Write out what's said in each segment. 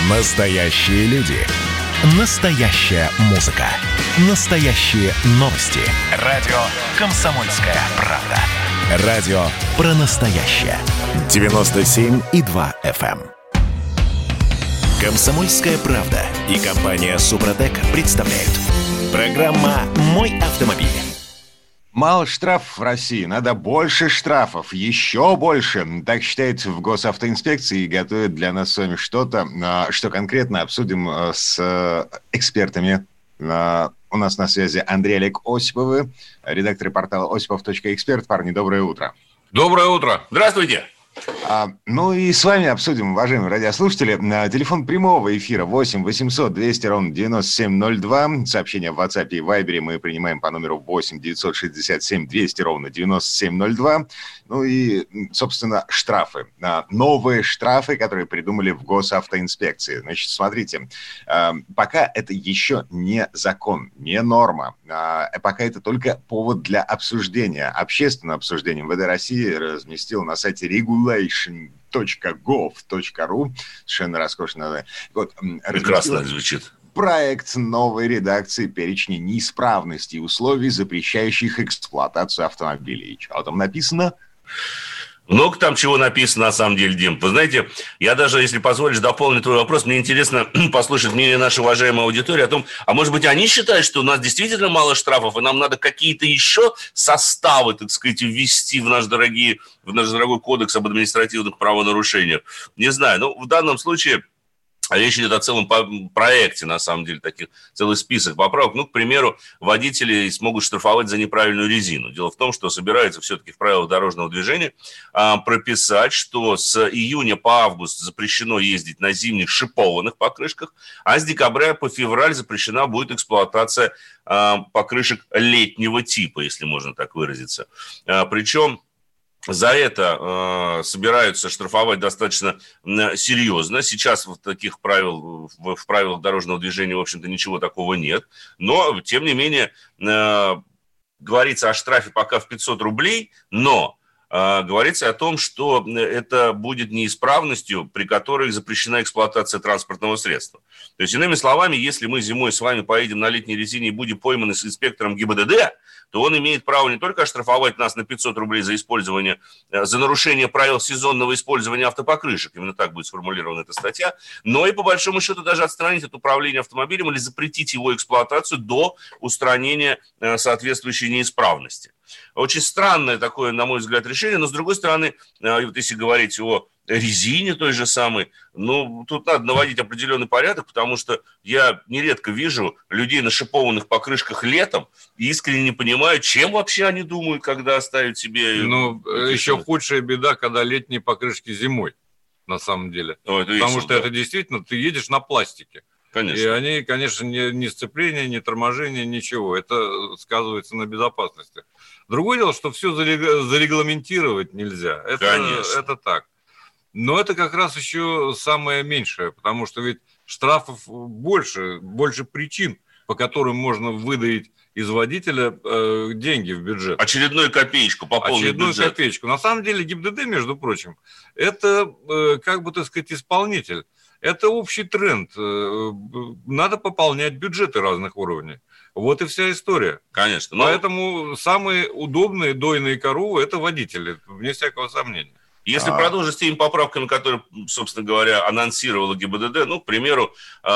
Настоящие люди. Настоящая музыка. Настоящие новости. Радио «Комсомольская правда». Радио про настоящее. 97,2 FM. «Комсомольская правда» и компания «Супротек» представляют. Программа «Мой автомобиль». Мало штрафов в России, надо больше штрафов, еще больше. Так считает в госавтоинспекции и готовят для нас с вами что-то, что конкретно обсудим с экспертами. У нас на связи Андрей Олег Осиповы, редактор портала осипов.эксперт. Парни, доброе утро. Доброе утро. Здравствуйте. Ну и с вами обсудим, уважаемые радиослушатели. Телефон прямого эфира 8 800 200 ровно 9702. Сообщения в WhatsApp и Viber мы принимаем по номеру 8 967 200 ровно 9702. Ну и, собственно, штрафы. Новые штрафы, которые придумали в госавтоинспекции. Значит, смотрите, пока это еще не закон, не норма. Пока это только повод для обсуждения. Общественное обсуждение МВД России разместил на сайте regulation.gov.ru. Совершенно роскошно. Вот, прекрасно звучит. Проект новой редакции перечня неисправностей и условий, запрещающих эксплуатацию автомобилей. Что там написано? Много там чего написано, на самом деле, Дим. Вы знаете, я даже, если позволишь, дополню твой вопрос. Мне интересно послушать мнение нашей уважаемой аудитории о том, а может быть, они считают, что у нас действительно мало штрафов, и нам надо какие-то еще составы, так сказать, ввести в наш дорогой кодекс об административных правонарушениях. Не знаю, но в данном случае речь идет о целом проекте, на самом деле, таких целый список поправок. Ну, к примеру, водители смогут штрафовать за неправильную резину. Дело в том, что собирается все-таки в правилах дорожного движения прописать, что с июня по август запрещено ездить на зимних шипованных покрышках, а с декабря по февраль запрещена будет эксплуатация покрышек летнего типа, если можно так выразиться. Причем за это собираются штрафовать достаточно серьезно. Сейчас в правилах дорожного движения, в общем-то, ничего такого нет. Но, тем не менее, говорится о штрафе пока в 500 рублей, но говорится о том, что это будет неисправностью, при которой запрещена эксплуатация транспортного средства. То есть, иными словами, если мы зимой с вами поедем на летней резине и будем пойманы с инспектором ГИБДД, то он имеет право не только оштрафовать нас на 500 рублей за нарушение правил сезонного использования автопокрышек, именно так будет сформулирована эта статья, но и по большому счету даже отстранить от управления автомобилем или запретить его эксплуатацию до устранения соответствующей неисправности. Очень странное такое, на мой взгляд, решение, но с другой стороны, вот если говорить о резине той же самой, ну, тут надо наводить определенный порядок, потому что я нередко вижу людей на шипованных покрышках летом и искренне не понимаю, чем вообще они думают, когда оставят себе... Ну, еще худшая беда, когда летние покрышки зимой, на самом деле. Потому что это действительно, ты едешь на пластике. Конечно. И они, конечно, ни сцепления, ни торможения, ничего. Это сказывается на безопасности. Другое дело, что все зарегламентировать нельзя. Это так. Но это как раз еще самое меньшее, потому что ведь штрафов больше причин, по которым можно выдавить из водителя деньги в бюджет. Очередную копеечку пополнить бюджет. Копеечку. На самом деле ГИБДД, между прочим, это, как бы, так сказать, исполнитель. Это общий тренд. Надо пополнять бюджеты разных уровней. Вот и вся история. Конечно. Поэтому самые удобные дойные коровы – это водители, вне всякого сомнения. Если продолжить с теми поправками, которые, собственно говоря, анонсировала ГИБДД, ну, к примеру,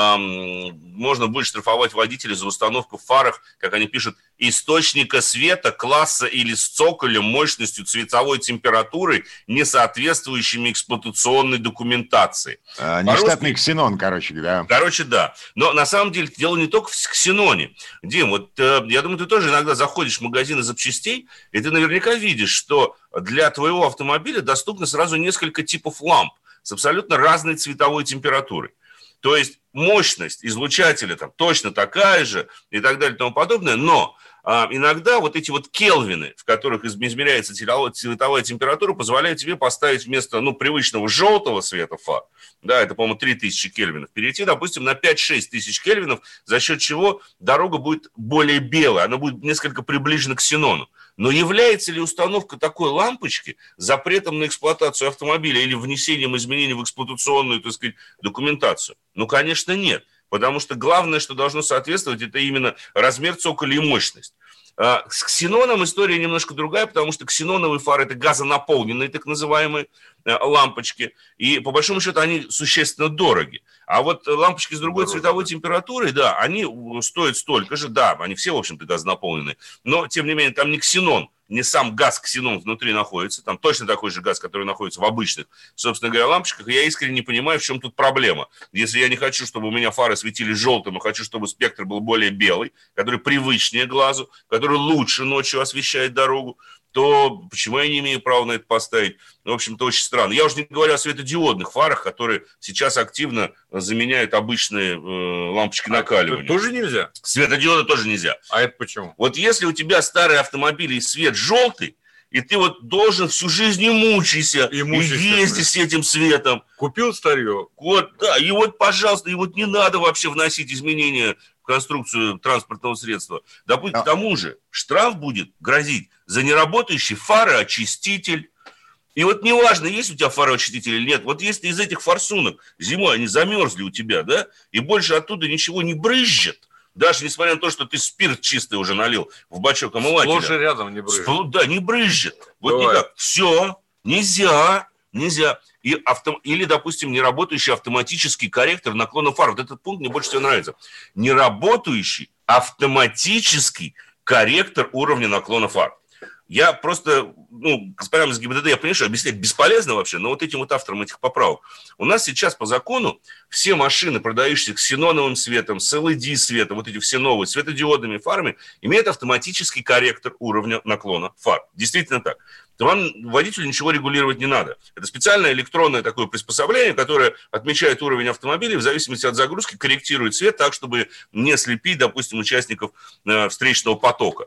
можно будет штрафовать водителей за установку в фарах, как они пишут, источника света, класса или с цоколем мощностью, цветовой температурой, не соответствующими эксплуатационной документации. Нештатный ксенон, короче, да. Да. Но на самом деле дело не только в ксеноне. Дим, вот я думаю, ты тоже иногда заходишь в магазины запчастей, и ты наверняка видишь, что для твоего автомобиля доступно сразу несколько типов ламп с абсолютно разной цветовой температурой. То есть мощность излучателя там точно такая же и так далее и тому подобное, но иногда вот эти вот кельвины, в которых измеряется цветовая температура, позволяют тебе поставить вместо привычного желтого света фар, да, это, по-моему, 3000 кельвинов, перейти, допустим, на 5-6 тысяч кельвинов, за счет чего дорога будет более белая, она будет несколько приближена к ксенону. Но является ли установка такой лампочки запретом на эксплуатацию автомобиля или внесением изменений в эксплуатационную, так сказать, документацию? Конечно, нет. Потому что главное, что должно соответствовать, это именно размер цоколя и мощность. С ксеноном история немножко другая, потому что ксеноновые фары – это газонаполненные так называемые лампочки, и по большому счету они существенно дороги. А вот лампочки с другой цветовой температурой, да, они стоят столько же, да, они все, в общем-то, газонаполненные, но, тем не менее, там не ксенон, не сам газ ксенон внутри находится, там точно такой же газ, который находится в обычных, собственно говоря, лампочках, и я искренне не понимаю, в чем тут проблема. Если я не хочу, чтобы у меня фары светились желтым, а хочу, чтобы спектр был более белый, который привычнее глазу, который лучше ночью освещает дорогу, то почему я не имею права на это поставить? В общем-то, очень странно. Я уже не говорю о светодиодных фарах, которые сейчас активно заменяют обычные лампочки накаливания. Тоже нельзя? Светодиоды тоже нельзя. А это почему? Вот если у тебя старый автомобиль и свет желтый, и ты вот должен всю жизнь и мучайся, и ездить с этим светом. Купил старье. Вот, да, и вот, пожалуйста, и вот не надо вообще вносить изменения в конструкцию транспортного средства. Да будет к тому же, штраф будет грозить за неработающий фароочиститель. И вот неважно, есть у тебя фароочиститель или нет, вот если из этих форсунок зимой они замерзли у тебя, да, и больше оттуда ничего не брызжет, даже несмотря на то, что ты спирт чистый уже налил в бачок омывателя. Сплошь и рядом не брызжет. Да, не брызжет. Вот никак. Все, нельзя. Или, допустим, неработающий автоматический корректор наклона фар. Вот этот пункт мне больше всего нравится. Неработающий автоматический корректор уровня наклона фар. Я просто, господам из ГИБДД, я понимаю, что объяснять бесполезно вообще, но вот этим вот авторам этих поправок. У нас сейчас по закону все машины, продающиеся ксеноновым светом, с LED-светом, вот эти все новые светодиодными фарами, имеют автоматический корректор уровня наклона фар. Действительно так. То вам, водителю, ничего регулировать не надо. Это специальное электронное такое приспособление, которое отмечает уровень автомобиля, в зависимости от загрузки корректирует свет так, чтобы не слепить, допустим, участников встречного потока.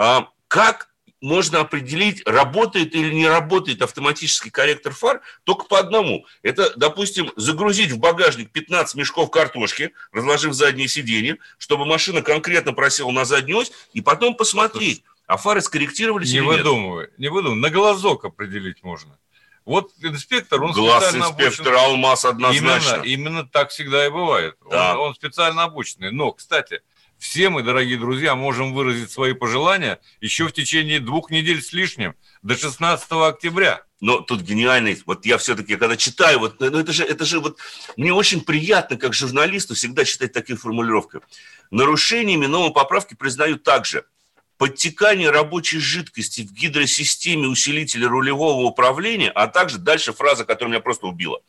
Как можно определить, работает или не работает автоматический корректор фар только по одному. Это, допустим, загрузить в багажник 15 мешков картошки, разложив заднее сиденье, чтобы машина конкретно просела на заднюю ось, и потом посмотреть, а фары скорректировались или нет. Не выдумывай. На глазок определить можно. Вот инспектор, он глаз специально инспектора обучен. Алмаз однозначно. Именно так всегда и бывает. Да. Он специально обученный. Но, кстати, все мы, дорогие друзья, можем выразить свои пожелания еще в течение 2 недель с лишним, до 16 октября. Но тут гениальный, вот я все-таки, когда читаю, это же вот, мне очень приятно, как журналисту, всегда читать такие формулировки. Нарушениями новой поправки признают также подтекание рабочей жидкости в гидросистеме усилителя рулевого управления, а также дальше фраза, которая меня просто убила.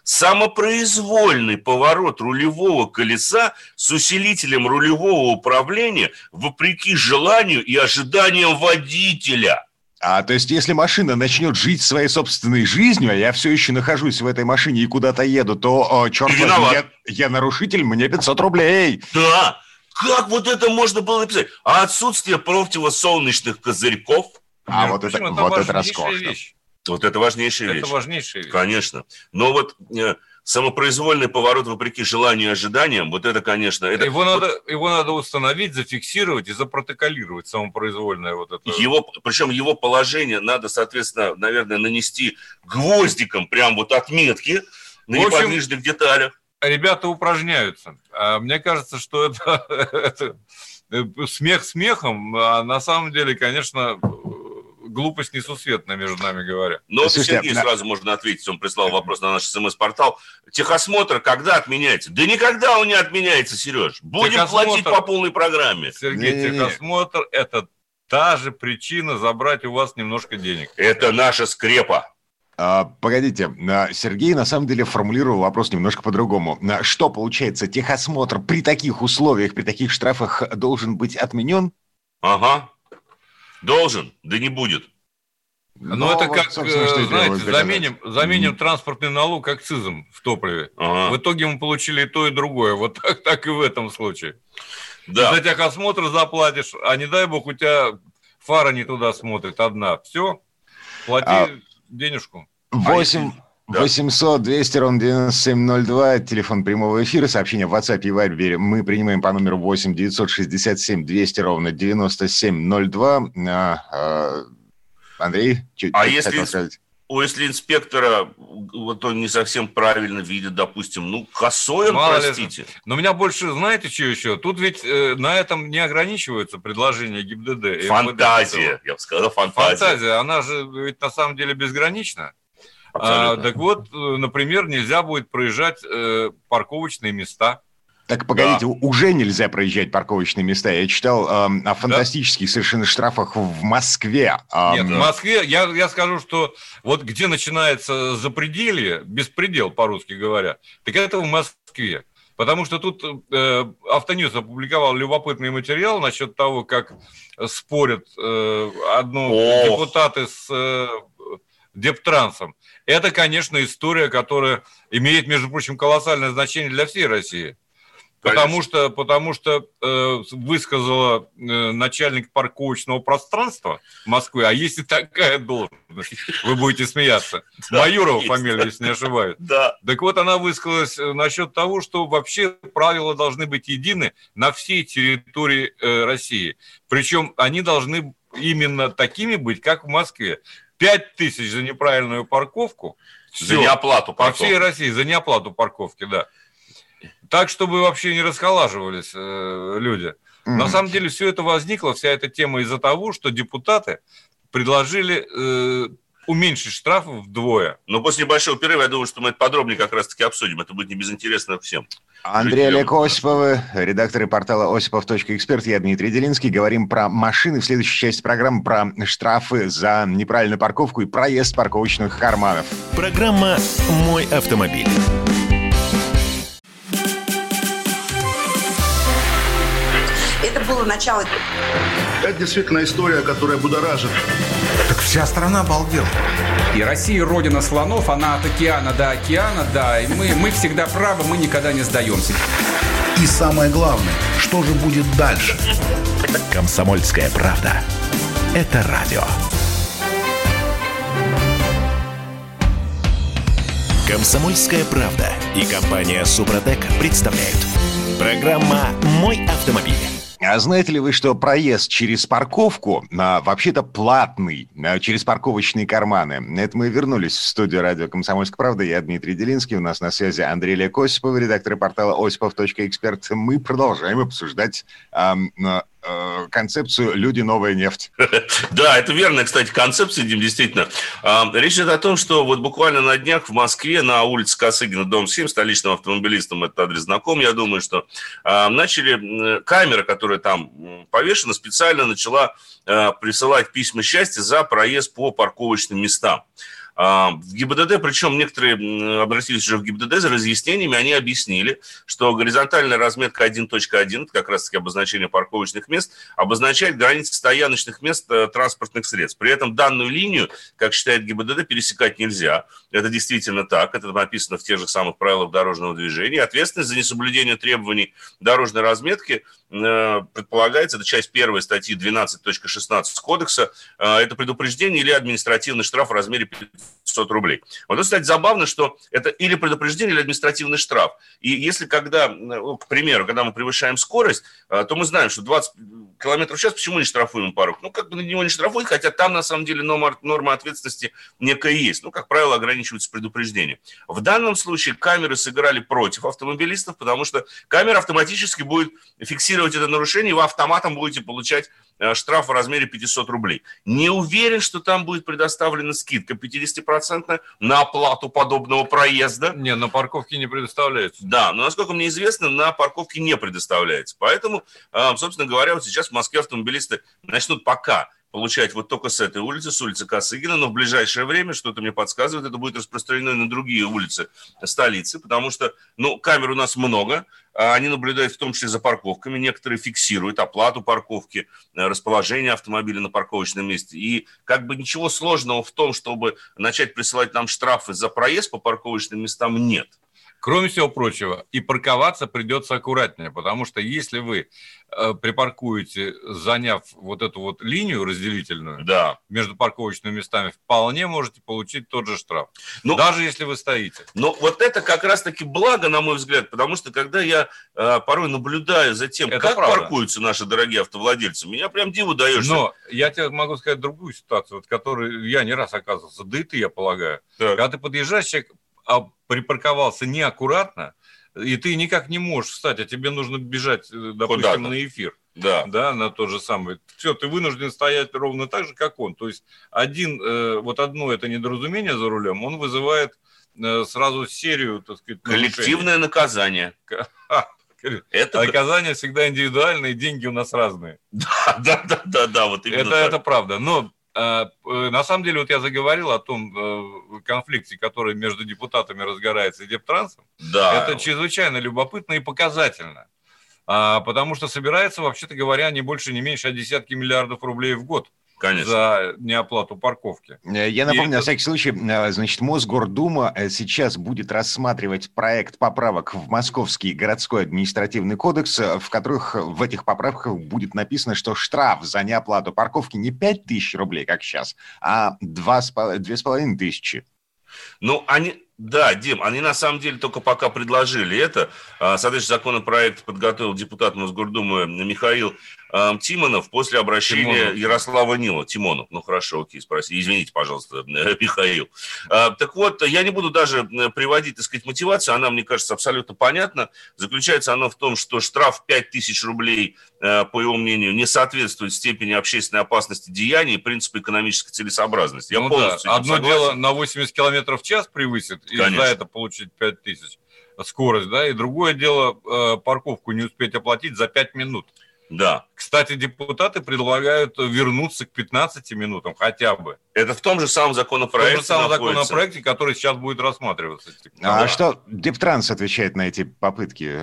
Самопроизвольный поворот рулевого колеса с усилителем рулевого управления вопреки желанию и ожиданиям водителя. То есть, если машина начнет жить своей собственной жизнью, а я все еще нахожусь в этой машине и куда-то еду, то, черт возьми, я нарушитель, мне 500 рублей. Да, как вот это можно было написать? А отсутствие противосолнечных козырьков? Вот это роскошно. Вещь. Вот это важнейшая вещь. Это важнейшая вещь. Конечно. Но вот самопроизвольный поворот вопреки желанию и ожиданиям, вот это, конечно... Его надо установить, зафиксировать и запротоколировать, самопроизвольное вот это. Причем его положение надо, соответственно, наверное, нанести гвоздиком прям вот отметки на неподвижных деталях. Ребята упражняются. Мне кажется, что это смех смехом, а на самом деле, конечно... Глупость несусветная, между нами говоря. Но Сергей сразу можно ответить. Он прислал вопрос на наш СМС-портал. Техосмотр когда отменяется? Да никогда он не отменяется, Сереж. Будем платить по полной программе. Сергей, техосмотр – это та же причина забрать у вас немножко денег. Это наша скрепа. Погодите, Сергей на самом деле формулировал вопрос немножко по-другому. Что, получается, техосмотр при таких условиях, при таких штрафах должен быть отменен? Ага. Должен, да не будет. Но это как, знаете, заменим транспортный налог акцизом в топливе. В итоге мы получили и то, и другое. Вот так и в этом случае. Да. За техосмотр заплатишь, а не дай бог у тебя фара не туда смотрит одна. Все, плати денежку. 800-200-97-02, телефон прямого эфира, сообщение в WhatsApp и Viber мы принимаем по номеру 8-967-200-97-02. Андрей, что хотел сказать? Если инспектора, вот он не совсем правильно видит, допустим, косой он, простите. Но меня больше, знаете, что еще? Тут ведь на этом не ограничиваются предложения ГИБДД. Фантазия, я бы сказал, фантазия. Она же ведь на самом деле безгранична. Так вот, например, нельзя будет проезжать парковочные места. Так, погодите, уже нельзя проезжать парковочные места. Я читал о фантастических совершенно штрафах в Москве. Нет, в Москве, я скажу, что вот где начинается запределье, беспредел, по-русски говоря, так это в Москве. Потому что тут Автоньюз опубликовал любопытный материал насчет того, как спорят депутаты с Дептрансом. Это, конечно, история, которая имеет, между прочим, колоссальное значение для всей России. Потому что высказала начальник парковочного пространства Москвы, а есть и такая должность, вы будете смеяться, Майорова фамилия, если не ошибаюсь. Да. Так вот, она высказалась насчет того, что вообще правила должны быть едины на всей территории России. Причем они должны именно такими быть, как в Москве. 5000 за неправильную парковку. За неоплату парковки. По всей России, за неоплату парковки, да. Так, чтобы вообще не расхолаживались люди. На самом деле, все это возникло, вся эта тема из-за того, что депутаты предложили уменьшить штрафы вдвое. Но после небольшого перерыва, я думаю, что мы это подробнее как раз-таки обсудим. Это будет не безинтересно всем. Андрей Олег Осипов, редакторы портала осипов.эксперт, я Дмитрий Делинский. Говорим про машины. В следующей части программы про штрафы за неправильную парковку и проезд парковочных карманов. Программа «Мой автомобиль». Это было начало. Это действительно история, которая будоражит. Так вся страна обалдела. И Россия родина слонов, она от океана до океана, да. И мы всегда правы, мы никогда не сдаемся. И самое главное, что же будет дальше? «Комсомольская правда». Это радио. «Комсомольская правда» и компания «Супротек» представляют. Программа «Мой автомобиль». А знаете ли вы, что проезд через парковку вообще-то платный, через парковочные карманы? Это мы вернулись в студию радио «Комсомольская правда». Я Дмитрий Делинский, у нас на связи Андрей Олег Осипов, редактор портала осипов.эксперт. Мы продолжаем обсуждать концепцию «Люди. Новая нефть». Да, это верная, кстати, концепция, Дим, действительно. Речь идет о том, что вот буквально на днях в Москве на улице Косыгина, дом 7, столичным автомобилистам этот адрес знаком, я думаю, что начали, камера, которая там повешена, специально начала присылать письма счастья за проезд по парковочным местам. В ГИБДД, причем некоторые обратились уже в ГИБДД за разъяснениями, они объяснили, что горизонтальная разметка 1.1, как раз-таки обозначение парковочных мест, обозначает границы стояночных мест транспортных средств. При этом данную линию, как считает ГИБДД, пересекать нельзя. Это действительно так, это написано в тех же самых правилах дорожного движения. Ответственность за несоблюдение требований дорожной разметки предполагается, это часть 1 статьи 12.16 кодекса, это предупреждение или административный штраф в размере 500 рублей. Вот это, кстати, забавно, что это или предупреждение, или административный штраф. И если к примеру, когда мы превышаем скорость, то мы знаем, что 20 км в час, почему не штрафуем пару? Как бы на него не штрафуют, хотя там на самом деле норма ответственности некая есть. Как правило, ограничивается предупреждением. В данном случае камеры сыграли против автомобилистов, потому что камера автоматически будет фиксировать это нарушение, и вы автоматом будете получать штраф в размере 500 рублей. Не уверен, что там будет предоставлена скидка 50% на оплату подобного проезда. Не, на парковке не предоставляется. Да, но, насколько мне известно, на парковке не предоставляется. Поэтому, собственно говоря, вот сейчас в Москве автомобилисты начнут пока получать вот только с этой улицы, с улицы Косыгина, но в ближайшее время, что-то мне подсказывает, это будет распространено на другие улицы столицы, потому что, камер у нас много, они наблюдают в том числе за парковками, некоторые фиксируют оплату парковки, расположение автомобиля на парковочном месте, и как бы ничего сложного в том, чтобы начать присылать нам штрафы за проезд по парковочным местам, нет. Кроме всего прочего, и парковаться придется аккуратнее, потому что если вы припаркуете, заняв вот эту вот линию разделительную между парковочными местами, вполне можете получить тот же штраф, даже если вы стоите. Но вот это как раз-таки благо, на мой взгляд, потому что когда я порой наблюдаю за тем, как паркуются наши дорогие автовладельцы, меня прям диву даешь. Но я тебе могу сказать другую ситуацию, вот, в которой я не раз оказывался, да и ты, я полагаю. Так. Когда ты подъезжаешь, человек припарковался неаккуратно, и ты никак не можешь встать, а тебе нужно бежать, допустим, на эфир, на тот же самый. Все, ты вынужден стоять ровно так же, как он. То есть одно это недоразумение за рулем, он вызывает сразу серию, так сказать, коллективное наказание. Наказание всегда индивидуальное, и деньги у нас разные. Да, вот именно так. Это правда, но на самом деле, вот я заговорил о том конфликте, который между депутатами разгорается и Дептрансом. Да. Это чрезвычайно любопытно и показательно. Потому что собирается, вообще-то говоря, не больше, не меньше, а десятки миллиардов рублей в год. Конечно. За неоплату парковки. Я напомню, на всякий случай, значит, Мосгордума сейчас будет рассматривать проект поправок в Московский городской административный кодекс, в которых в этих поправках будет написано, что штраф за неоплату парковки не 5000 рублей, как сейчас, а 2500. Да, Дим, они на самом деле только пока предложили это. Соответственно, законопроект подготовил депутат Мосгордумы Михаил Тимонов после обращения Ярослава Нила. Тимонов, хорошо, окей, спроси. Извините, пожалуйста, Михаил. Так вот, я не буду даже приводить, так сказать, мотивацию, она, мне кажется, абсолютно понятна. Заключается она в том, что штраф 5000 рублей, по его мнению, не соответствует степени общественной опасности деяния и принципу экономической целесообразности. Я полностью одно согласен. Дело на 80 километров в час превысит, и за это получить 5000 скорость, и другое дело парковку не успеть оплатить за 5 минут. Да. Кстати, депутаты предлагают вернуться к 15 минутам хотя бы. Это в том же самом законопроекте. В том же самом законопроекте, который сейчас будет рассматриваться. Что Дептранс отвечает на эти попытки?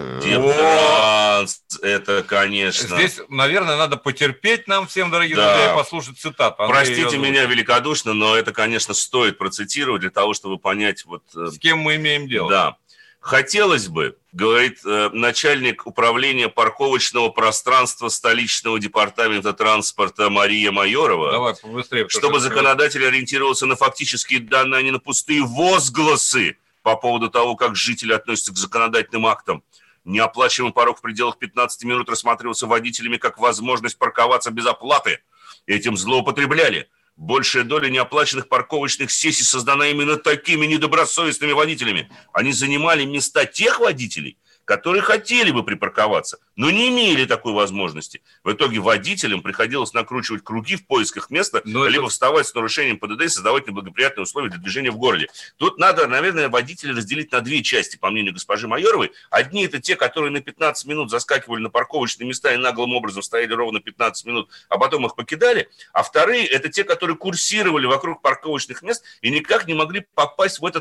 Дептранс, это, конечно. Здесь, наверное, надо потерпеть нам всем, дорогие друзья, и послушать цитату. Простите меня великодушно, но это, конечно, стоит процитировать для того, чтобы понять, с кем мы имеем дело. Да. Хотелось бы, говорит начальник управления парковочного пространства столичного департамента транспорта Мария Майорова, чтобы законодатель ориентировался на фактические данные, а не на пустые возгласы по поводу того, как жители относятся к законодательным актам. Неоплачиваемый порог в пределах 15 минут рассматривался водителями как возможность парковаться без оплаты. Этим злоупотребляли. Большая доля неоплаченных парковочных сессий создана именно такими недобросовестными водителями. Они занимали места тех водителей, которые хотели бы припарковаться, но не имели такой возможности. В итоге водителям приходилось накручивать круги в поисках места, либо вставать с нарушением ПДД и создавать неблагоприятные условия для движения в городе. Тут надо, наверное, водителей разделить на две части, по мнению госпожи Майоровой. Одни – это те, которые на 15 минут заскакивали на парковочные места и наглым образом стояли ровно 15 минут, а потом их покидали. А вторые – это те, которые курсировали вокруг парковочных мест и никак не могли попасть в этот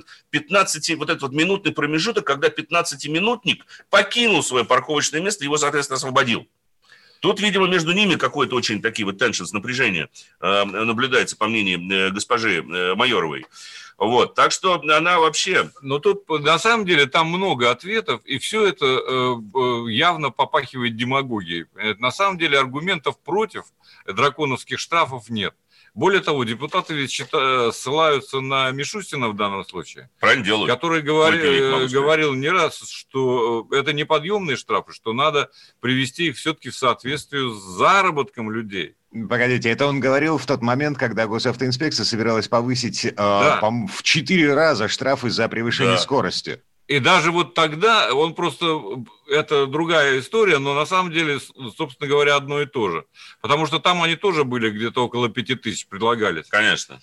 15-минутный промежуток, когда 15-минутник покинул свое парковочное место, его, соответственно, освободил. Тут, видимо, между ними какое-то очень такие теншенс, напряжение наблюдается, по мнению госпожи Майоровой. Так что она вообще... Но тут, на самом деле, там много ответов, и все это явно попахивает демагогией. На самом деле аргументов против драконовских штрафов нет. Более того, депутаты ведь ссылаются на Мишустина в данном случае. Правильно делают. Который говорил не раз, что это неподъемные штрафы, что надо привести их все-таки в соответствие с заработком людей. Погодите, это он говорил в тот момент, когда госавтоинспекция собиралась повысить в 4 раза штрафы за превышение скорости. И даже тогда он просто... Это другая история, но на самом деле, собственно говоря, одно и то же. Потому что там они тоже были где-то около 5000 предлагались. Конечно.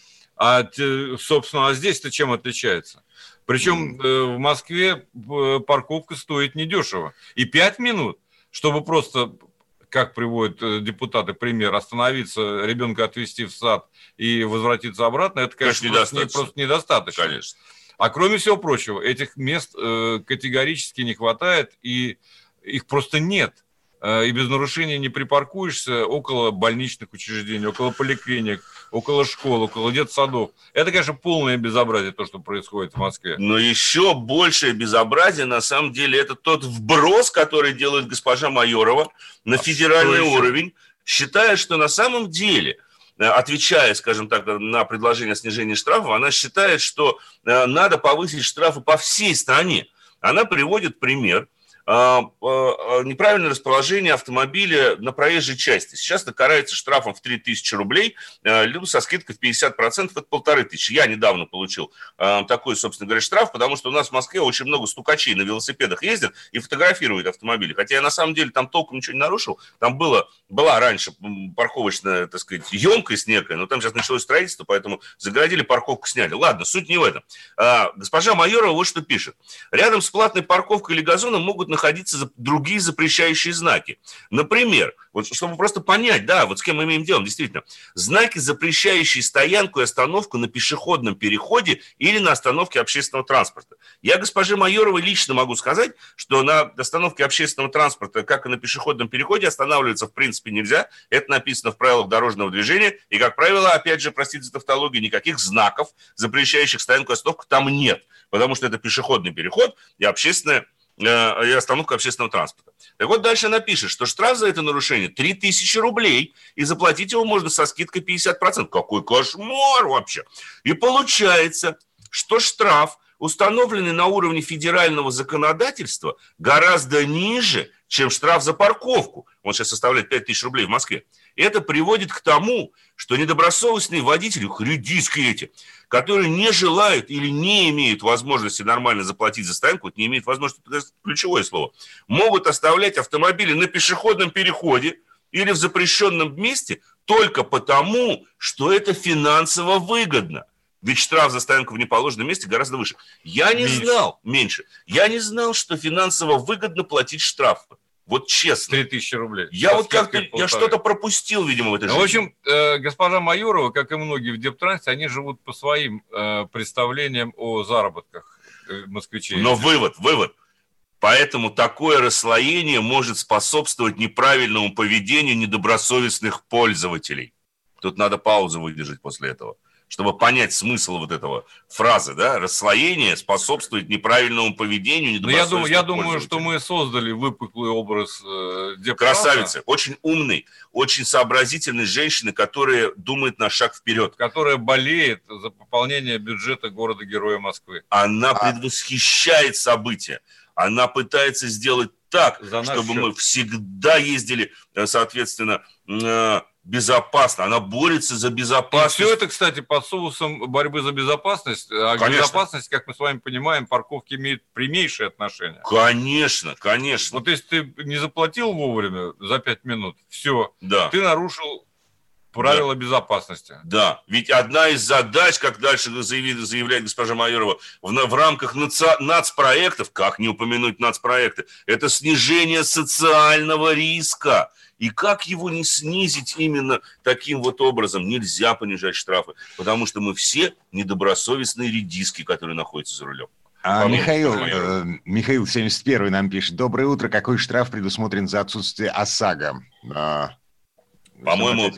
Собственно, а здесь-то чем отличается? Причем в Москве парковка стоит недешево. И 5 минут, чтобы просто как приводят депутаты пример, остановиться, ребенка отвезти в сад и возвратиться обратно, это, конечно, просто недостаточно. Конечно. А кроме всего прочего, этих мест категорически не хватает, и их просто нет. И без нарушений не припаркуешься около больничных учреждений, около поликлиник, около школ, около детсадов. Это, конечно, полное безобразие, то, что происходит в Москве. Но еще большее безобразие, на самом деле, это тот вброс, который делает госпожа Майорова на федеральный уровень, считая, что на самом деле, отвечая, скажем так, на предложение о снижении штрафов, она считает, что надо повысить штрафы по всей стране. Она приводит пример. Неправильное расположение автомобиля на проезжей части. Сейчас это карается штрафом в 3000 рублей, либо со скидкой в 50%, это 1500. Я недавно получил такой, собственно говоря, штраф, потому что у нас в Москве очень много стукачей на велосипедах ездят и фотографируют автомобили. Хотя я на самом деле там толком ничего не нарушил. Там была раньше парковочная, так сказать, емкость некая, но там сейчас началось строительство, поэтому загородили, парковку сняли. Ладно, суть не в этом. Госпожа Майорова вот что пишет. Рядом с платной парковкой или газоном могут находиться другие запрещающие знаки. Например, вот чтобы просто понять, да, вот с кем мы имеем дело, действительно, знаки, запрещающие стоянку и остановку на пешеходном переходе или на остановке общественного транспорта. Я госпоже Майоровой лично могу сказать, что на остановке общественного транспорта, как и на пешеходном переходе, останавливаться в принципе нельзя. Это написано в правилах дорожного движения. И, как правило, опять же, простите за тавтологию, никаких знаков, запрещающих стоянку и остановку, там нет. Потому что это пешеходный переход и остановка общественного транспорта. Так вот, дальше она пишет, что штраф за это нарушение 3000 рублей, и заплатить его можно со скидкой 50%. Какой кошмар вообще! И получается, что штраф, установленный на уровне федерального законодательства, гораздо ниже, чем штраф за парковку. Он сейчас составляет 5000 рублей в Москве. Это приводит к тому, что недобросовестные водители, редиски эти, которые не желают или не имеют возможности нормально заплатить за стоянку, не имеют возможности, это ключевое слово, могут оставлять автомобили на пешеходном переходе или в запрещенном месте только потому, что это финансово выгодно. Ведь штраф за стоянку в неположенном месте гораздо выше. Я не знал, что финансово выгодно платить штраф. Вот честно. 3000 рублей. Я что-то пропустил, видимо, в этой жизни. В общем, госпожа Майорова, как и многие в Дептрансе, они живут по своим представлениям о заработках москвичей. Но вывод. Поэтому такое расслоение может способствовать неправильному поведению недобросовестных пользователей. Тут надо паузу выдержать после этого, чтобы понять смысл вот этого фразы, да, расслоение способствует неправильному поведению недобросовестных пользователей. Я думаю, что мы создали выпуклый образ Дептранса. Красавицы, очень умной, очень сообразительной женщины, которая думает на шаг вперед. Которая болеет за пополнение бюджета города-героя Москвы. Она предвосхищает события. Она пытается сделать так, чтобы мы всегда ездили, соответственно, безопасно. Она борется за безопасность. И все это, кстати, под соусом борьбы за безопасность. А к безопасности, как мы с вами понимаем, парковки имеют прямейшее отношение. Конечно. Вот если ты не заплатил вовремя за 5 минут, все, ты нарушил правила безопасности. Да, ведь одна из задач, как дальше заявляет госпожа Майорова, в рамках нацпроектов, как не упомянуть нацпроекты, это снижение социального риска. И как его не снизить именно таким вот образом? Нельзя понижать штрафы, потому что мы все недобросовестные редиски, которые находятся за рулем. Михаил 71 нам пишет. Доброе утро. Какой штраф предусмотрен за отсутствие ОСАГО? По-моему,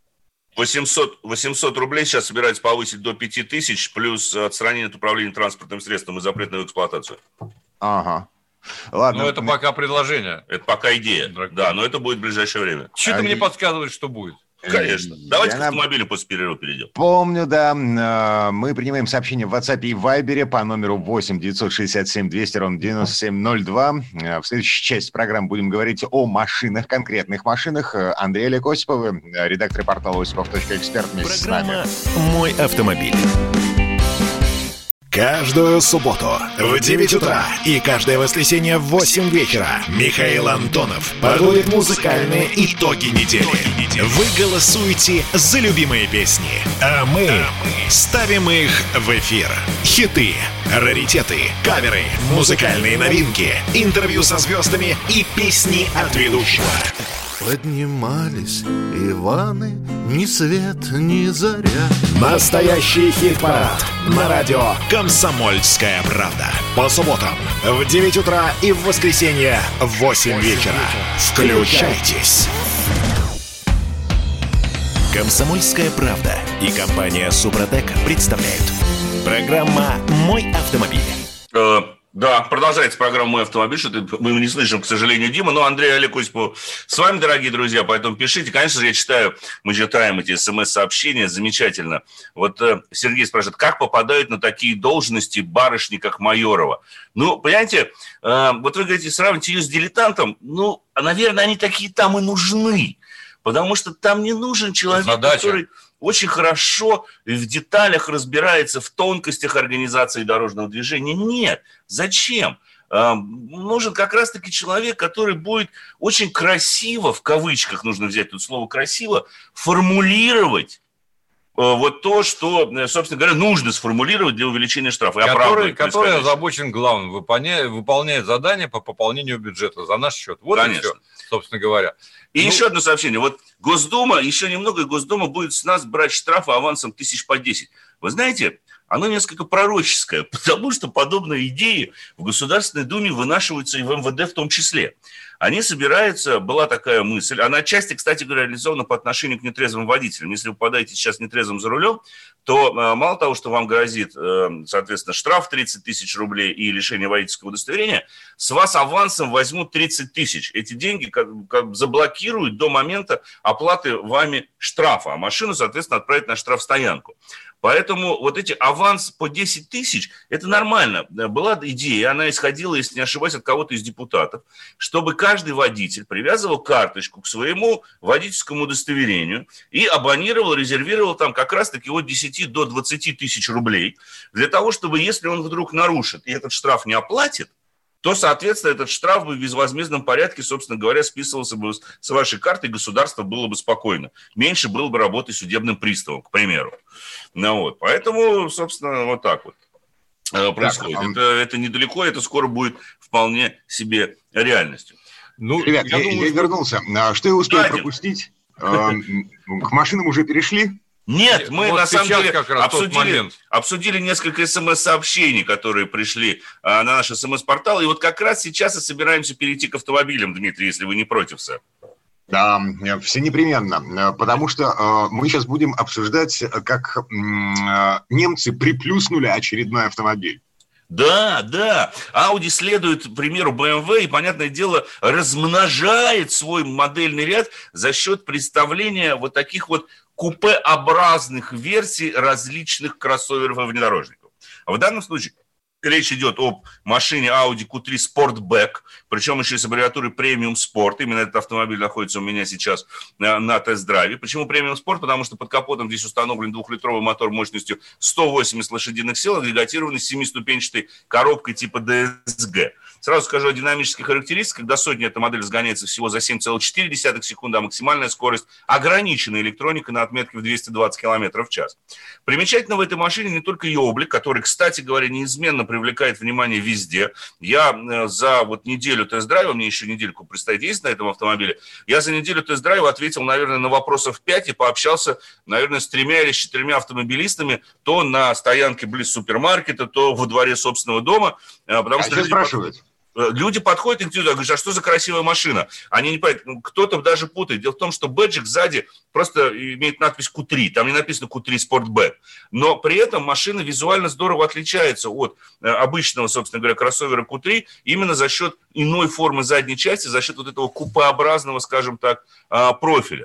800 рублей сейчас собираются повысить до 5000, плюс отстранение от управления транспортным средством и запрет на эксплуатацию. Ага. Ладно. Но это пока предложение. Это пока идея. Да, но это будет в ближайшее время. Что-то мне подсказывает, что будет. Конечно. Давайте к автомобилю после перерыва перейдем. Помню, да. Мы принимаем сообщения в WhatsApp и Viber по номеру 8 967 200 ровно 9702. В следующей части программы будем говорить о машинах, конкретных машинах. Андрей Олег Осипов, редактор портала осипов.эксперт вместе с нами. Программа «Мой автомобиль». Каждую субботу в 9 утра и каждое воскресенье в 8 вечера Михаил Антонов подводит музыкальные итоги недели. Вы голосуете за любимые песни, а мы ставим их в эфир. Хиты, раритеты, каверы, музыкальные новинки, интервью со звездами и песни от ведущего. Поднимались Иваны, ни свет, ни заря. Настоящий хит-парад на радио «Комсомольская правда». По субботам в 9 утра и в воскресенье в 8 вечера. Включайтесь. «Комсомольская правда» и компания «Супротек» представляют. Программа «Мой автомобиль». Да, продолжается программа «Мой автомобиль». Что-то мы не слышим, к сожалению, Дима. Но Андрей, Олег Осипов с вами, дорогие друзья, поэтому пишите. Конечно же, мы читаем эти смс-сообщения, замечательно. Вот Сергей спрашивает, как попадают на такие должности барышни, как Майорова? Ну, понимаете, вот вы говорите, сравните ее с дилетантом. Ну, наверное, они такие там и нужны. Потому что там не нужен человек, который очень хорошо в деталях разбирается, в тонкостях организации дорожного движения. Нет. Зачем? Нужен как раз-таки человек, который будет очень красиво, в кавычках нужно взять тут слово «красиво», формулировать вот то, что, собственно говоря, нужно сформулировать для увеличения штрафа. Который озабочен главным, выполняет задания по пополнению бюджета за наш счет. Вот и все, собственно говоря. И еще одно сообщение. Вот Госдума, еще немного, и Госдума будет с нас брать штрафы авансом 1000 по 10. Вы знаете, оно несколько пророческое, потому что подобные идеи в Государственной Думе вынашиваются и в МВД в том числе. Они собираются, была такая мысль, она отчасти, кстати говоря, реализована по отношению к нетрезвым водителям. Если вы попадаете сейчас нетрезвым за рулем, то мало того, что вам грозит, соответственно, штраф 30 тысяч рублей и лишение водительского удостоверения, с вас авансом возьмут 30 тысяч. Эти деньги как заблокируют до момента оплаты вами штрафа, а машину, соответственно, отправят на штрафстоянку. Поэтому вот эти аванс по 10 тысяч, это нормально. Была идея, она исходила, если не ошибаюсь, от кого-то из депутатов, чтобы каждый водитель привязывал карточку к своему водительскому удостоверению и абонировал, резервировал там как раз-таки от 10 до 20 тысяч рублей, для того, чтобы, если он вдруг нарушит и этот штраф не оплатит, то, соответственно, этот штраф бы в безвозмездном порядке, собственно говоря, списывался бы с вашей карты, и государство было бы спокойно. Меньше было бы работы судебным приставом, к примеру. Ну, вот. Поэтому, собственно, вот так вот происходит. Это недалеко, это скоро будет вполне себе реальностью. Ну, ребят, я вернулся. Что я успел пропустить? К машинам уже перешли? Нет, мы вот на самом деле обсудили несколько смс-сообщений, которые пришли на наш смс-портал. И вот как раз сейчас и собираемся перейти к автомобилям, Дмитрий, если вы не против, сэр. Да, все непременно, потому что мы сейчас будем обсуждать, как немцы приплюснули очередной автомобиль. Да, Audi следует примеру BMW и, понятное дело, размножает свой модельный ряд за счет представления вот таких вот купеобразных версий различных кроссоверов и внедорожников. В данном случае речь идет об машине Audi Q3 Sportback, причем еще и с аббревиатурой Premium Sport. Именно этот автомобиль находится у меня сейчас на тест-драйве. Почему Premium Sport? Потому что под капотом здесь установлен 2-литровый мотор мощностью 180 лошадиных сил, агрегатированный с 7-ступенчатой коробкой типа DSG. Сразу скажу о динамических характеристиках. До сотни эта модель сгоняется всего за 7,4 секунды, а максимальная скорость ограничена электроникой на отметке в 220 км в час. Примечательно в этой машине не только ее облик, который, кстати говоря, неизменно привлекает внимание везде. Я за вот неделю тест-драйва, мне еще недельку предстоит ездить на этом автомобиле, я за неделю тест-драйва ответил, наверное, на вопросов 5 и пообщался, наверное, с 3 или 4 автомобилистами, то на стоянке близ супермаркета, то во дворе собственного дома. Потому что спрашивают? Люди подходят и говорят, а что за красивая машина? Они не понимают, кто-то даже путает. Дело в том, что бэджик сзади просто имеет надпись Q3, там не написано Q3 Sportback. Но при этом машина визуально здорово отличается от обычного, собственно говоря, кроссовера Q3 именно за счет иной формы задней части, за счет вот этого купеобразного, скажем так, профиля.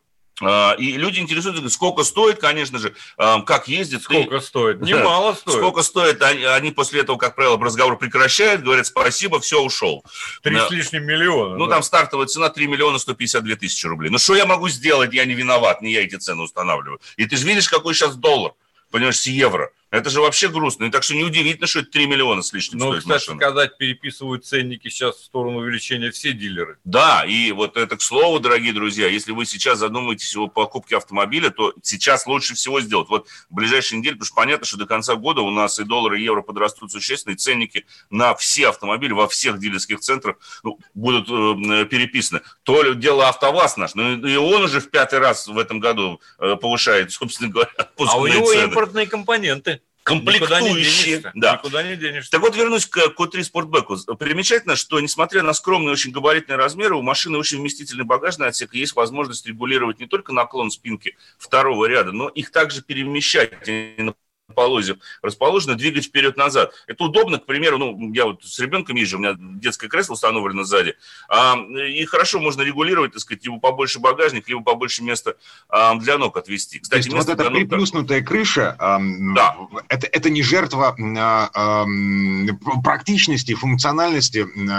И люди интересуются, сколько стоит, конечно же, как ездит. Сколько стоит? Немало стоит. Сколько стоит? Они после этого, как правило, разговор прекращают, говорят спасибо, все, ушел. 3 с лишним миллиона. Ну, там стартовая цена 3 миллиона 152 тысячи рублей. Ну, что я могу сделать? Я не виноват, не я эти цены устанавливаю. И ты же видишь, какой сейчас доллар, понимаешь, с евро. Это же вообще грустно. И так что неудивительно, что это 3 миллиона с лишним стоит кстати, машина. сказать, переписывают ценники сейчас в сторону увеличения все дилеры. Да, и вот это, к слову, дорогие друзья, если вы сейчас задумаетесь о покупке автомобиля, то сейчас лучше всего сделать. Вот в ближайшие недели, потому что понятно, что до конца года у нас и доллар, и евро подрастут существенно, и ценники на все автомобили во всех дилерских центрах будут переписаны. То ли дело АвтоВАЗ наш, но и он уже в 5-й раз в этом году повышает, собственно говоря, отпускные цены. А у него импортные компоненты. Комплектующие. Никуда не денешься. Так вот, вернусь к Q3 Спортбеку. Примечательно, что, несмотря на скромные очень габаритные размеры, у машины очень вместительный багажный отсек, и есть возможность регулировать не только наклон спинки второго ряда, но их также перемещать на полозьев расположено, двигать вперед-назад. Это удобно, к примеру, я вот с ребенком езжу, у меня детское кресло установлено сзади, и хорошо можно регулировать, так сказать, либо побольше багажник, либо побольше места для ног отвести. Кстати, вот эта приплюснутая крыша, да. это не жертва практичности, функциональности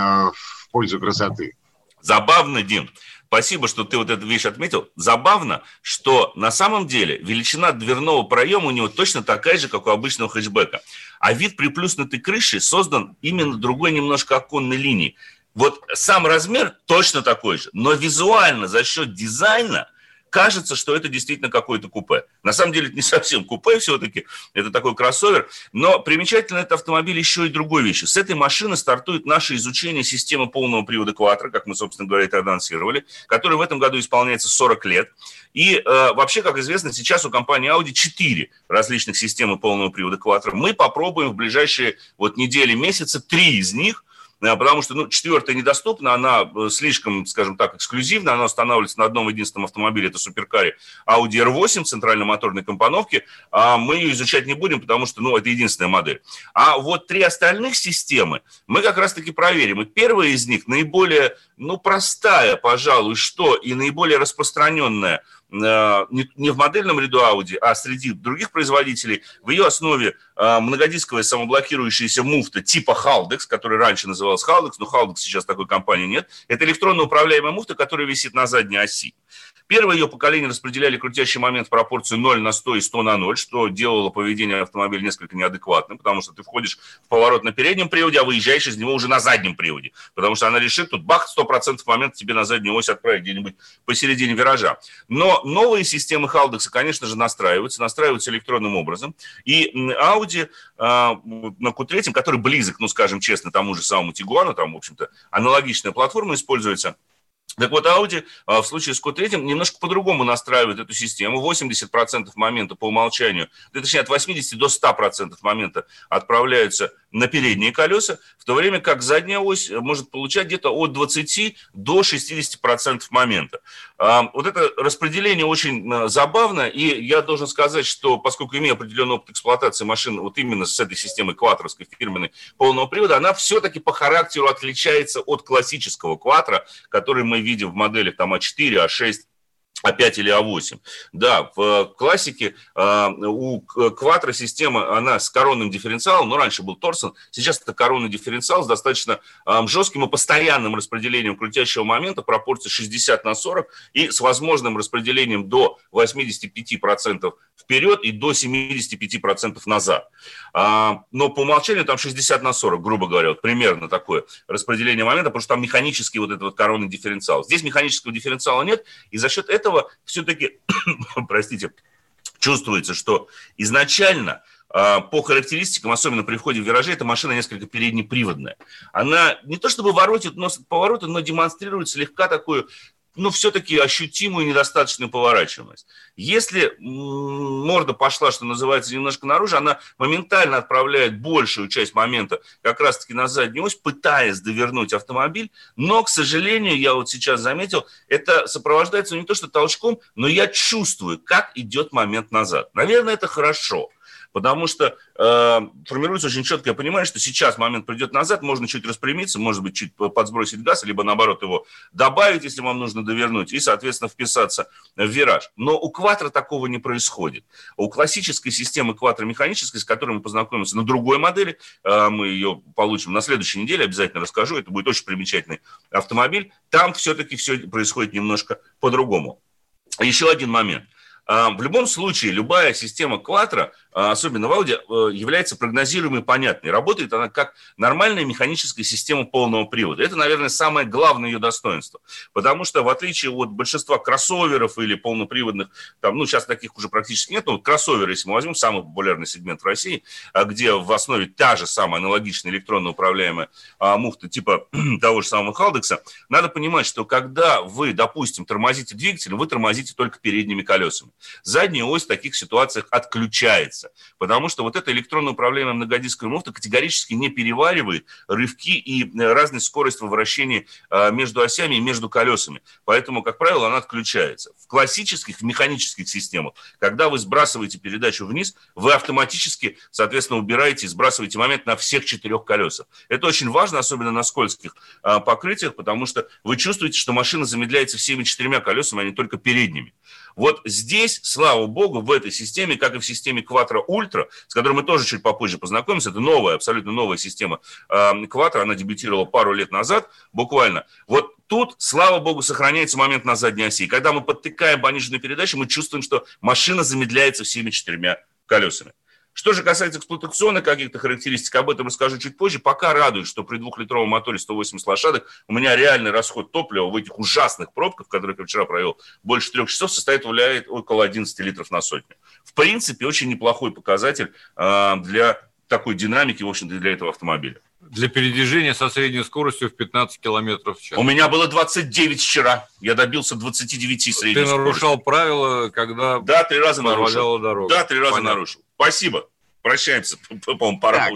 в пользу красоты. Забавно, Дим. Спасибо, что ты вот эту вещь отметил. Забавно, что на самом деле величина дверного проема у него точно такая же, как у обычного хэтчбека. А вид приплюснутой крыши создан именно другой немножко оконной линией. Вот сам размер точно такой же, но визуально за счет дизайна кажется, что это действительно какое-то купе. На самом деле это не совсем купе все-таки, это такой кроссовер. Но примечательно этот автомобиль еще и другой вещью. С этой машины стартует наше изучение системы полного привода Quattro, как мы, собственно говоря, это анонсировали, который в этом году исполняется 40 лет. И вообще, как известно, сейчас у компании Audi 4 различных системы полного привода Quattro. Мы попробуем в ближайшие недели, месяцы 3 из них, потому что, 4-я недоступна, она слишком, скажем так, эксклюзивна, она устанавливается на одном единственном автомобиле, это суперкаре Audi R8 центрально-моторной компоновки, а мы ее изучать не будем, потому что, это единственная модель. А вот 3 остальных системы мы как раз-таки проверим. И первая из них наиболее, простая, пожалуй, и наиболее распространенная, не в модельном ряду Audi, а среди других производителей. В ее основе многодисковая самоблокирующаяся муфта типа Haldex, который раньше назывался Haldex, но Haldex сейчас такой компании нет. Это электронно управляемая муфта, которая висит на задней оси. Первое ее поколение распределяли крутящий момент в пропорции 0:100 и 100:0, что делало поведение автомобиля несколько неадекватным, потому что ты входишь в поворот на переднем приводе, а выезжаешь из него уже на заднем приводе, потому что она решит тут 100% момент тебе на заднюю ось отправить где-нибудь посередине виража. Но новые системы Haldex, конечно же, настраиваются электронным образом. И Audi на Q3, который близок, скажем честно, тому же самому Tiguan'у, там, в общем-то, аналогичная платформа используется. Так вот, Audi в случае с Q3 немножко по-другому настраивает эту систему. 80% момента по умолчанию, точнее от 80 до 100% момента отправляются на передние колеса, в то время как задняя ось может получать где-то от 20 до 60% момента. Вот это распределение очень забавно, и я должен сказать, что поскольку имею определенный опыт эксплуатации машин вот именно с этой системой кватровской фирменной полного привода, она все-таки по характеру отличается от классического Quattro, который мы видим в моделях там А4, А6, А5 или А8. Да, в классике у Quattro система, она с коронным дифференциалом, раньше был Торсон, сейчас это коронный дифференциал с достаточно жестким и постоянным распределением крутящего момента, пропорции 60/40 и с возможным распределением до 85% вперед и до 75% назад. Но по умолчанию там 60/40, грубо говоря, примерно такое распределение момента, потому что там механический этот коронный дифференциал. Здесь механического дифференциала нет, и за счет этого все-таки, чувствуется, что изначально по характеристикам, особенно при входе в виражи, эта машина несколько переднеприводная. Она не то чтобы воротит нос от поворота, но демонстрирует слегка такую, все-таки ощутимую недостаточную поворачиваемость. Если морда пошла, что называется, немножко наружу, она моментально отправляет большую часть момента как раз-таки на заднюю ось, пытаясь довернуть автомобиль, но, к сожалению, я вот сейчас заметил, это сопровождается не то что толчком, но я чувствую, как идет момент назад. Наверное, это хорошо. Потому что формируется очень четкое понимание, что сейчас момент придет назад, можно чуть распрямиться, может быть, чуть подсбросить газ, либо, наоборот, его добавить, если вам нужно довернуть, и, соответственно, вписаться в вираж. Но у Quattro такого не происходит. У классической системы Quattro механической, с которой мы познакомимся на другой модели, мы ее получим на следующей неделе, обязательно расскажу, это будет очень примечательный автомобиль, там все-таки все происходит немножко по-другому. Еще один момент. В любом случае, любая система Quattro особенно в Audi, является прогнозируемой и понятной. Работает она как нормальная механическая система полного привода. Это, наверное, самое главное ее достоинство. Потому что, в отличие от большинства кроссоверов или полноприводных, там, ну, сейчас таких уже практически нет, но кроссоверы, если мы возьмем, самый популярный сегмент в России, где в основе та же самая аналогичная электронно управляемая муфта типа того же самого Халдекса, надо понимать, что когда вы, допустим, тормозите двигатель, вы тормозите только передними колесами. Задняя ось в таких ситуациях отключается. Потому что вот эта электронно управляемая многодисковая муфта категорически не переваривает рывки и разность скорости во вращении между осями и между колесами. Поэтому, как правило, она отключается. В классических, в механических системах, когда вы сбрасываете передачу вниз, вы автоматически, соответственно, убираете и сбрасываете момент на всех 4 колесах. Это очень важно, особенно на скользких покрытиях, потому что вы чувствуете, что машина замедляется всеми 4 колесами, а не только передними. Вот здесь, слава богу, в этой системе, как и в системе Quattro Ultra, с которой мы тоже чуть попозже познакомимся, это новая, абсолютно новая система Quattro, она дебютировала пару лет назад, буквально. Вот тут, слава богу, сохраняется момент на задней оси. И когда мы подтыкаем пониженную передачу, мы чувствуем, что машина замедляется всеми 4 колесами. Что же касается эксплуатационных каких-то характеристик, об этом расскажу чуть позже. Пока радует, что при 2-литровом моторе 180 лошадок у меня реальный расход топлива в этих ужасных пробках, в которых я вчера провел больше 3 часов, составляет около 11 литров на сотню. В принципе, очень неплохой показатель для такой динамики, в общем-то, для этого автомобиля. Для передвижения со средней скоростью в 15 километров в час. У меня было 29 вчера. Я добился 29 средней скорости. Ты нарушал правила, когда... Да, 3 раза нарушил. Дорогу. Да, 3 раза нарушил. Спасибо. Прощаемся. По-моему, пора.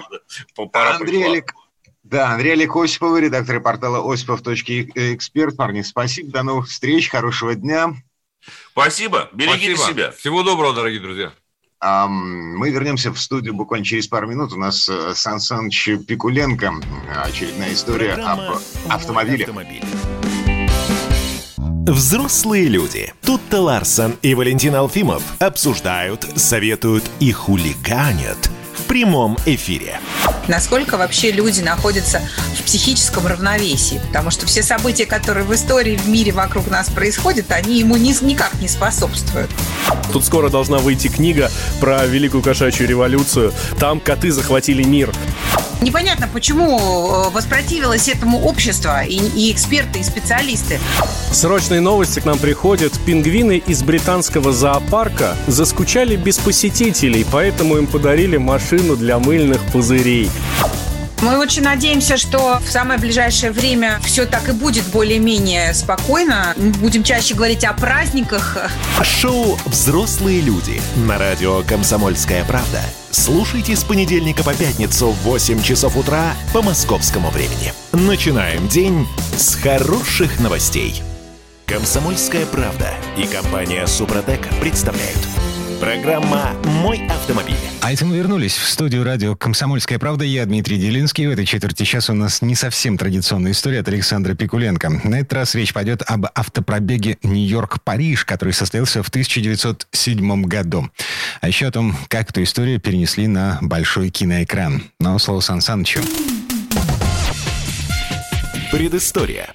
Андрей Олег Осипов, редактор портала осипов.эксперт. Парни, спасибо. До новых встреч. Хорошего дня. Спасибо. Берегите себя. Всего доброго, дорогие друзья. Мы вернемся в студию буквально через пару минут. У нас Сан Саныч Пикуленко. Очередная история об автомобиле. Взрослые люди. Тут-то Ларсон и Валентин Алфимов обсуждают, советуют и хулиганят в прямом эфире. Насколько вообще люди находятся в психическом равновесии? Потому что все события, которые в истории, в мире вокруг нас происходят, они ему никак не способствуют. Тут скоро должна выйти книга про Великую кошачью революцию. Там коты захватили мир. Непонятно, почему воспротивилось этому общество и эксперты, и специалисты. Срочные новости к нам приходят. Пингвины из британского зоопарка заскучали без посетителей, поэтому им подарили машину для мыльных пузырей. Мы очень надеемся, что в самое ближайшее время все так и будет более-менее спокойно. Мы будем чаще говорить о праздниках. Шоу «Взрослые люди» на радио «Комсомольская правда». Слушайте с понедельника по пятницу в 8 часов утра по московскому времени. Начинаем день с хороших новостей. «Комсомольская правда» и компания «Супротек» представляют. Программа «Мой автомобиль». А это мы вернулись в студию радио «Комсомольская правда». Я Дмитрий Делинский. В этой четверти часа у нас не совсем традиционная история от Александра Пикуленко. На этот раз речь пойдет об автопробеге Нью-Йорк-Париж, который состоялся в 1907 году. А еще о том, как эту историю перенесли на большой киноэкран. Но слово Сан Санычу. Предыстория.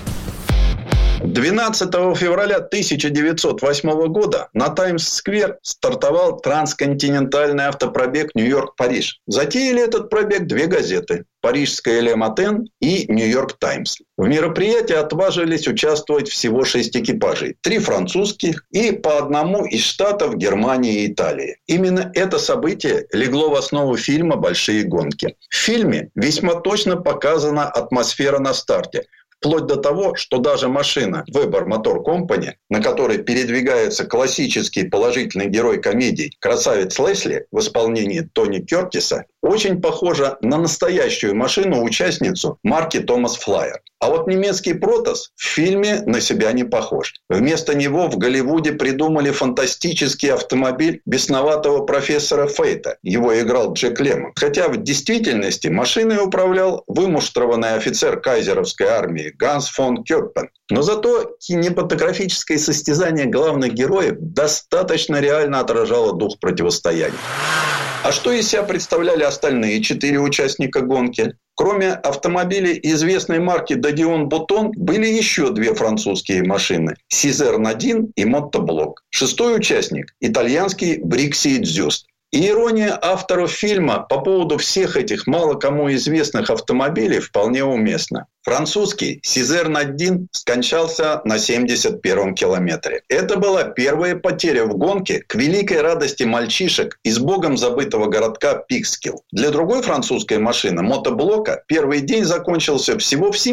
12 февраля 1908 года на Таймс-сквер стартовал трансконтинентальный автопробег Нью-Йорк-Париж. Затеяли этот пробег 2 газеты – парижская «Ле Матен» и «Нью-Йорк Таймс». В мероприятии отважились участвовать всего 6 экипажей – 3 французских и по одному из штатов Германии и Италии. Именно это событие легло в основу фильма «Большие гонки». В фильме весьма точно показана атмосфера на старте. Вплоть до того, что даже машина Weber Motor Company, на которой передвигается классический положительный герой комедий красавец Лесли в исполнении Тони Кертиса, очень похожа на настоящую машину-участницу марки Томас Флайер. А вот немецкий Протас в фильме на себя не похож. Вместо него в Голливуде придумали фантастический автомобиль бесноватого профессора Фейта. Его играл Джек Лемон. Хотя в действительности машиной управлял вымуштрованный офицер кайзеровской армии Ганс фон Кёппен. Но зато кинематографическое состязание главных героев достаточно реально отражало дух противостояния. А что из себя представляли остальные 4 участника гонки? Кроме автомобилей известной марки Додион Бутон, были еще 2 французские машины – Сизерн-1 и Моттоблок. 6-й участник – итальянский Брикси Дзюст. И ирония авторов фильма по поводу всех этих мало кому известных автомобилей вполне уместна. Французский Сизерн-1 скончался на 71-м километре. Это была первая потеря в гонке к великой радости мальчишек из богом забытого городка Пикскилл. Для другой французской машины, мотоблока, первый день закончился всего в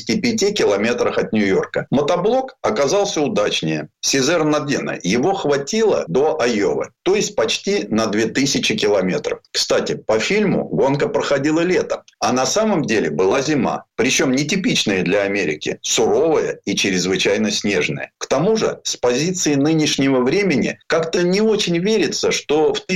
75 километрах от Нью-Йорка. Мотоблок оказался удачнее Сизерн-1. Его хватило до Айовы, то есть почти на 2000 километров. Кстати, по фильму гонка проходила летом, а на самом деле была зима. Причем нетипичная для Америки, суровая и чрезвычайно снежная. К тому же, с позиции нынешнего времени как-то не очень верится, что в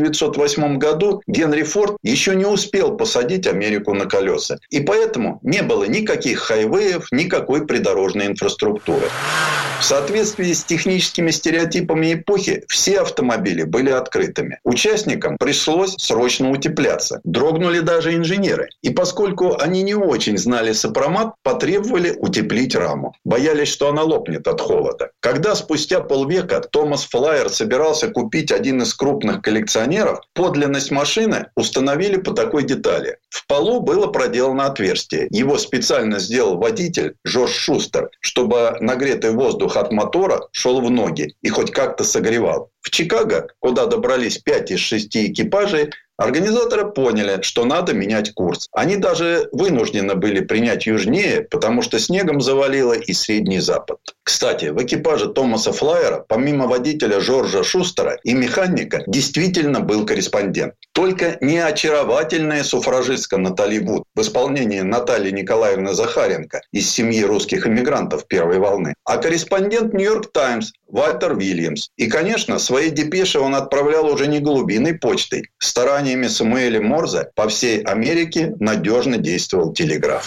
1908 году Генри Форд еще не успел посадить Америку на колеса. И поэтому не было никаких хайвеев, никакой придорожной инфраструктуры. В соответствии с техническими стереотипами эпохи, все автомобили были открытыми. Участникам пришлось срочно утепляться. Дрогнули даже инженеры. И поскольку они не очень знали сопромат, потребовали утеплить раму. Боялись, что она лопнет от холода. Когда спустя полвека Томас Флайер собирался купить один из крупных коллекционеров, подлинность машины установили по такой детали. В полу было проделано отверстие. Его специально сделал водитель Жорж Шустер, чтобы нагретый воздух от мотора шел в ноги и хоть как-то согревал. В Чикаго, куда добрались 5 из 6 экипажей, организаторы поняли, что надо менять курс. Они даже вынуждены были принять южнее, потому что снегом завалило и Средний Запад. Кстати, в экипаже Томаса Флайера, помимо водителя Жоржа Шустера и механика, действительно был корреспондент. Только не очаровательная суфражистка Натали Вуд в исполнении Натальи Николаевны Захаренко из семьи русских эмигрантов первой волны, а корреспондент «Нью-Йорк Таймс» Вальтер Вильямс. И, конечно, свои депеши он отправлял уже не голубиной почтой. Стараниями Самуэля Морзе по всей Америке надежно действовал телеграф.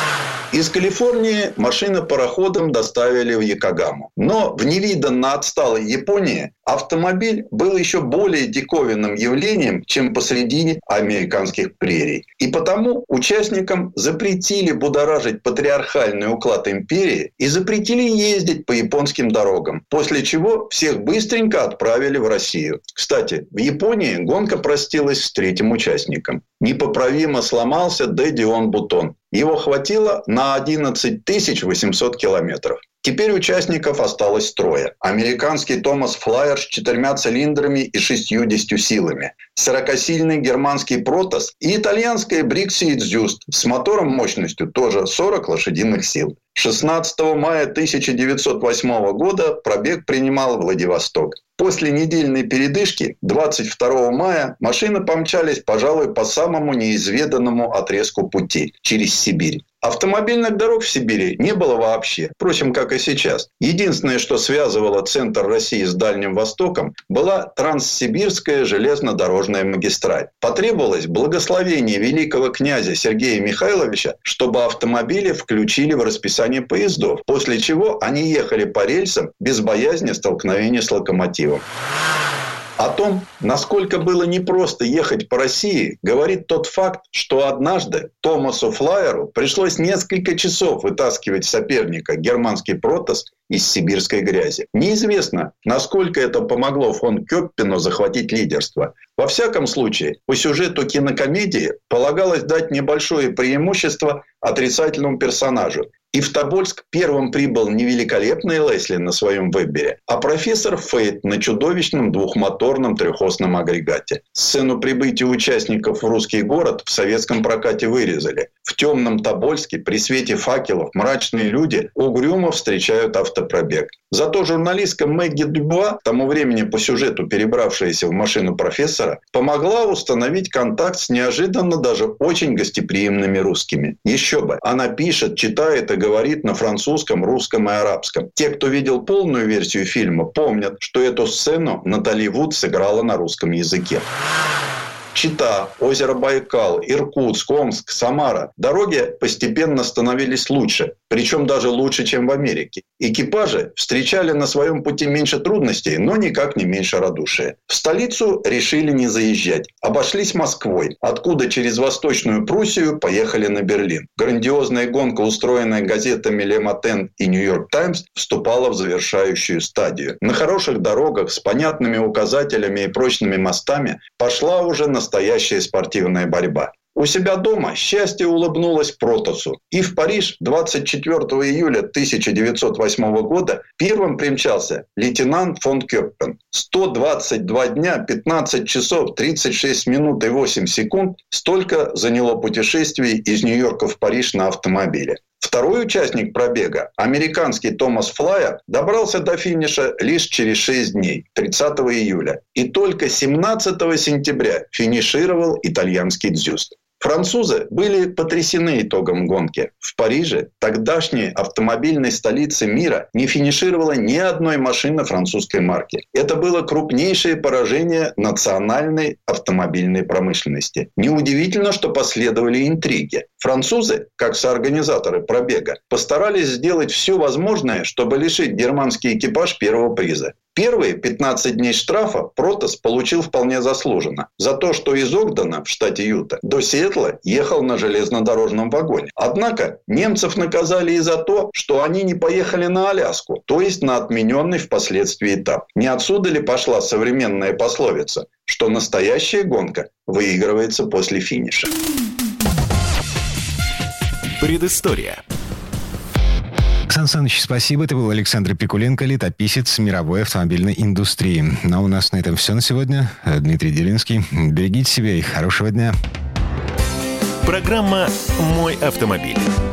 Из Калифорнии машины пароходом доставили в Йокогаму. Но в невиданно отсталой Японии автомобиль был еще более диковинным явлением, чем посреди американских прерий. И потому участникам запретили будоражить патриархальный уклад империи и запретили ездить по японским дорогам, после чего всех быстренько отправили в Россию. Кстати, в Японии гонка простилась с третьим участником. Непоправимо сломался Дэдион Бутон. Его хватило на 11 800 километров. Теперь участников осталось трое. Американский Томас Флайер с 4 цилиндрами и 60 силами, 40-сильный германский Протос и итальянская Брикси Дзюст с мотором мощностью тоже 40 лошадиных сил. 16 мая 1908 года пробег принимал Владивосток. После недельной передышки 22 мая машины помчались, пожалуй, по самому неизведанному отрезку пути через Сибирь. Автомобильных дорог в Сибири не было вообще, впрочем, как и сейчас. Единственное, что связывало центр России с Дальним Востоком, была Транссибирская железнодорожная магистраль. Потребовалось благословение великого князя Сергея Михайловича, чтобы автомобили включили в расписание поездов, после чего они ехали по рельсам без боязни столкновения с локомотивом. О том, насколько было непросто ехать по России, говорит тот факт, что однажды Томасу Флайеру пришлось несколько часов вытаскивать соперника, германский Протос, из сибирской грязи. Неизвестно, насколько это помогло фон Кёппену захватить лидерство. Во всяком случае, по сюжету кинокомедии полагалось дать небольшое преимущество отрицательному персонажу. И в Тобольск первым прибыл не великолепный Лесли на своем Вебере, а профессор Фейт на чудовищном двухмоторном трехосном агрегате. Сцену прибытия участников в русский город в советском прокате вырезали. В темном Тобольске при свете факелов мрачные люди угрюмо встречают автопробег. Зато журналистка Мэгги Дюбуа, к тому времени по сюжету перебравшаяся в машину профессора, помогла установить контакт с неожиданно даже очень гостеприимными русскими. Еще бы, она пишет, читает и говорит на французском, русском и арабском. Те, кто видел полную версию фильма, помнят, что эту сцену Натали Вуд сыграла на русском языке. Чита, озеро Байкал, Иркутск, Омск, Самара. Дороги постепенно становились лучше. причем даже лучше, чем в Америке. Экипажи встречали на своем пути меньше трудностей, но никак не меньше радушия. В столицу решили не заезжать. Обошлись Москвой, откуда через Восточную Пруссию поехали на Берлин. Грандиозная гонка, устроенная газетами «Le Matin» и «New York Times», вступала в завершающую стадию. На хороших дорогах с понятными указателями и прочными мостами пошла уже настоящая спортивная борьба. У себя дома счастье улыбнулось Протасу. И в Париж 24 июля 1908 года первым примчался лейтенант фон Кёппен. 122 дня, 15 часов, 36 минут и 8 секунд – столько заняло путешествие из Нью-Йорка в Париж на автомобиле. Второй участник пробега, американский Томас Флайер, добрался до финиша лишь через 6 дней, 30 июля. И только 17 сентября финишировал итальянский Дзюст. Французы были потрясены итогом гонки. В Париже, тогдашней автомобильной столице мира, не финишировала ни одной машины французской марки. Это было крупнейшее поражение национальной автомобильной промышленности. Неудивительно, что последовали интриги. Французы, как соорганизаторы пробега, постарались сделать все возможное, чтобы лишить германский экипаж первого приза. Первые 15 дней штрафа Протас получил вполне заслуженно за то, что из Огдена в штате Юта до Сиэтла ехал на железнодорожном вагоне. Однако немцев наказали и за то, что они не поехали на Аляску, то есть на отмененный впоследствии этап. Не отсюда ли пошла современная пословица, что настоящая гонка выигрывается после финиша? Предыстория. Сан Саныч, спасибо. Это был Александр Пикуленко, летописец мировой автомобильной индустрии. Ну а у нас на этом все на сегодня. Дмитрий Делинский. Берегите себя и хорошего дня. Программа «Мой автомобиль».